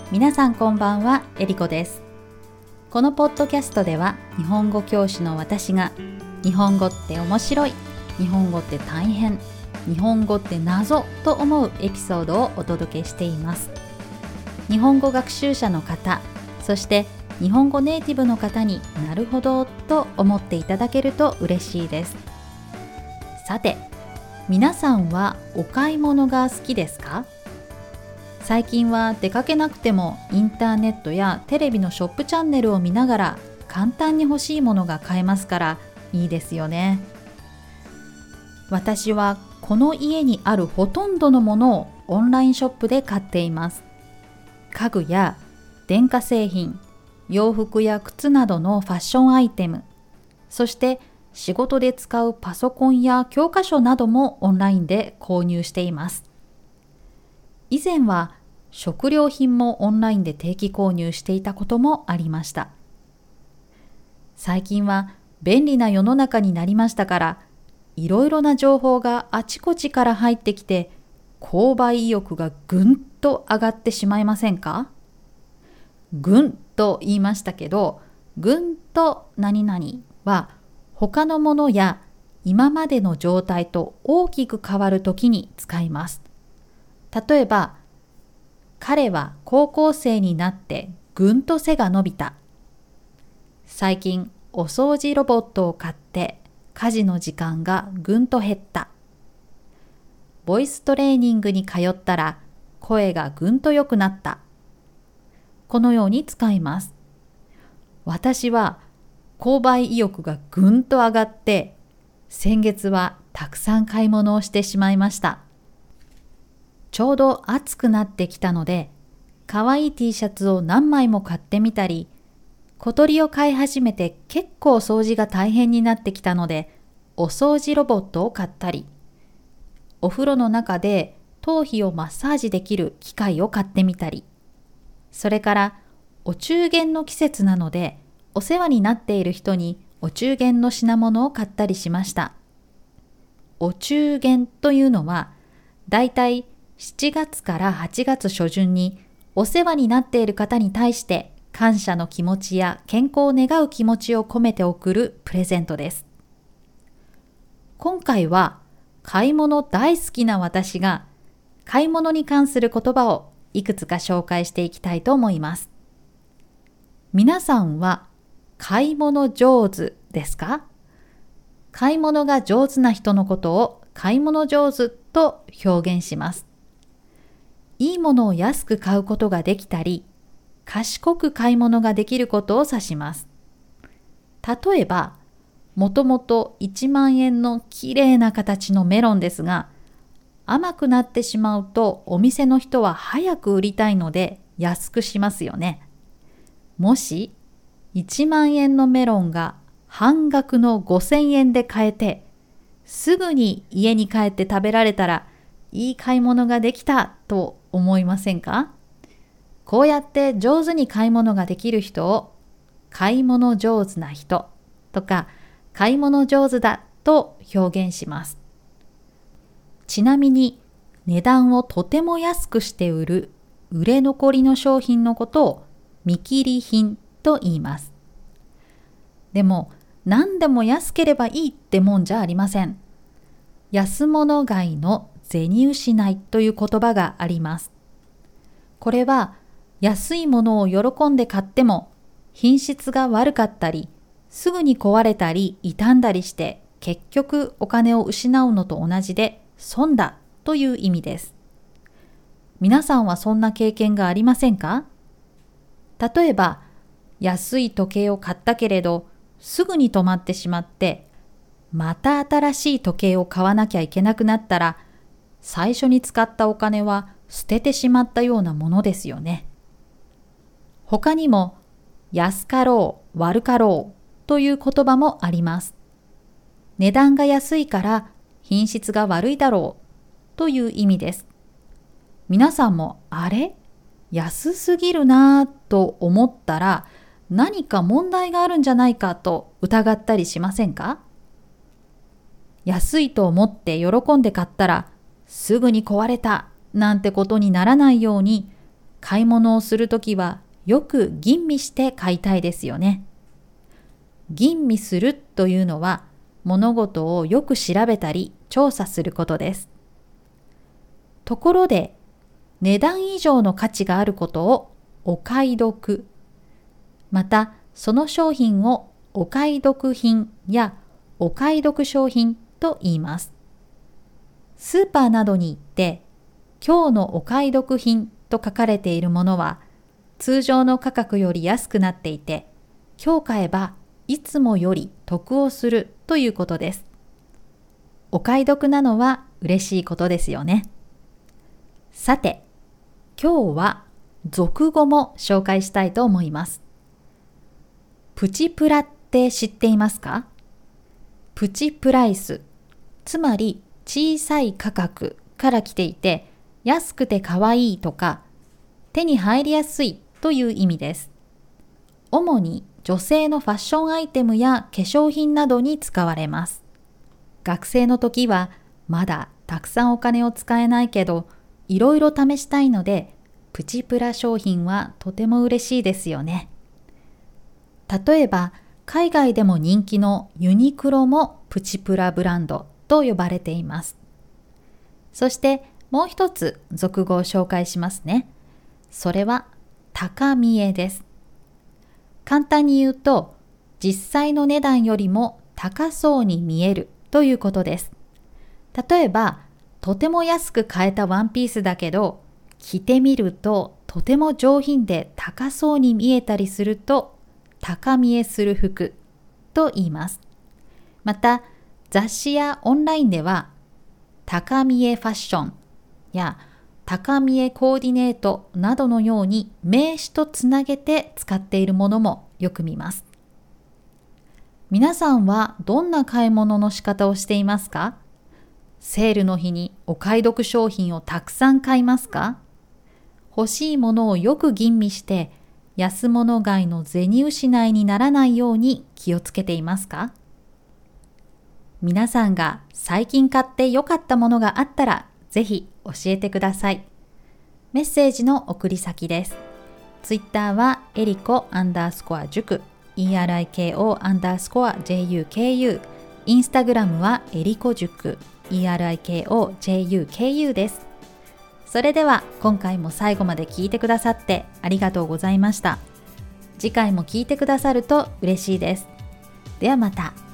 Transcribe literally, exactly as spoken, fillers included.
皆さんこんばんは、えりこです。このポッドキャストでは日本語教師の私が日本語って面白い、日本語って大変、日本語って謎と思うエピソードをお届けしています。日本語学習者の方、そして日本語ネイティブの方になるほどと思っていただけると嬉しいです。さて、皆さんはお買い物が好きですか？最近は出かけなくてもインターネットやテレビのショップチャンネルを見ながら簡単に欲しいものが買えますからいいですよね。私はこの家にあるほとんどのものをオンラインショップで買っています。家具や電化製品、洋服や靴などのファッションアイテム、そして仕事で使うパソコンや教科書などもオンラインで購入しています。以前は食料品もオンラインで定期購入していたこともありました。最近は便利な世の中になりましたから、いろいろな情報があちこちから入ってきて、購買意欲がぐんと上がってしまいませんか？ぐんと言いましたけど、ぐんと何々は他のものや今までの状態と大きく変わるときに使います。例えば、彼は高校生になってぐんと背が伸びた。最近お掃除ロボットを買って家事の時間がぐんと減った。ボイストレーニングに通ったら声がぐんと良くなった。このように使います。私は購買意欲がぐんと上がって、先月はたくさん買い物をしてしまいました。ちょうど暑くなってきたので、かわいい T シャツを何枚も買ってみたり、小鳥を飼い始めて結構掃除が大変になってきたので、お掃除ロボットを買ったり、お風呂の中で頭皮をマッサージできる機械を買ってみたり、それからお中元の季節なので、お世話になっている人にお中元の品物を買ったりしました。お中元というのは、だいたいしちがつからはちがつ初旬にお世話になっている方に対して感謝の気持ちや健康を願う気持ちを込めて贈るプレゼントです。今回は買い物大好きな私が買い物に関する言葉をいくつか紹介していきたいと思います。皆さんは買い物上手ですか？買い物が上手な人のことを買い物上手と表現します。いいものを安く買うことができたり、賢く買い物ができることを指します。例えば、もともといちまんえんのきれいな形のメロンですが、甘くなってしまうとお店の人は早く売りたいので安くしますよね。もしいちまんえんのメロンが半額のごせんえんで買えて、すぐに家に帰って食べられたらいい買い物ができたと思いませんか？こうやって上手に買い物ができる人を買い物上手な人とか買い物上手だと表現します。ちなみに値段をとても安くして売る売れ残りの商品のことを見切り品と言います。でも何でも安ければいいってもんじゃありません。安物買いの銭失いという言葉があります。これは安いものを喜んで買っても品質が悪かったり、すぐに壊れたり傷んだりして結局お金を失うのと同じで損だという意味です。皆さんはそんな経験がありませんか？例えば安い時計を買ったけれどすぐに止まってしまって、また新しい時計を買わなきゃいけなくなったら、最初に使ったお金は捨ててしまったようなものですよね。他にも安かろう悪かろうという言葉もあります。値段が安いから品質が悪いだろうという意味です。皆さんもあれ安すぎるなぁと思ったら何か問題があるんじゃないかと疑ったりしませんか？安いと思って喜んで買ったらすぐに壊れたなんてことにならないように、 買い物をするときはよく吟味して買いたいですよね。吟味するというのは物事をよく調べたり調査することです。ところで、値段以上の価値があることをお買い得、またその商品をお買い得品やお買い得商品と言います。スーパーなどに行って今日のお買い得品と書かれているものは通常の価格より安くなっていて、今日買えばいつもより得をするということです。お買い得なのは嬉しいことですよね。さて、今日は俗語も紹介したいと思います。プチプラって知っていますか？プチプライス、つまり小さい価格から来ていて、安くて可愛いとか手に入りやすいという意味です。主に女性のファッションアイテムや化粧品などに使われます。学生の時はまだたくさんお金を使えないけど、いろいろ試したいので、プチプラ商品はとても嬉しいですよね。例えば、海外でも人気のユニクロもプチプラブランドと呼ばれています。そしてもう一つ俗語を紹介しますね。それは高見えです。簡単に言うと、実際の値段よりも高そうに見えるということです。例えば、とても安く買えたワンピースだけど、着てみるととても上品で高そうに見えたりすると、高見えする服と言います。また、雑誌やオンラインでは、高見えファッションや高見えコーディネートなどのように名詞とつなげて使っているものもよく見ます。皆さんはどんな買い物の仕方をしていますか？セールの日にお買い得商品をたくさん買いますか？欲しいものをよく吟味して安物買いの銭失いにならないように気をつけていますか？皆さんが最近買って良かったものがあったらぜひ教えてください。メッセージの送り先です。ツイッターはエリコアンダースコア塾 エリコ アンダースコア ジェイユーケーユー、インスタグラムはエリコ塾 エリコ ジェイユーケーユー です。それでは今回も最後まで聞いてくださってありがとうございました。次回も聞いてくださると嬉しいです。ではまた。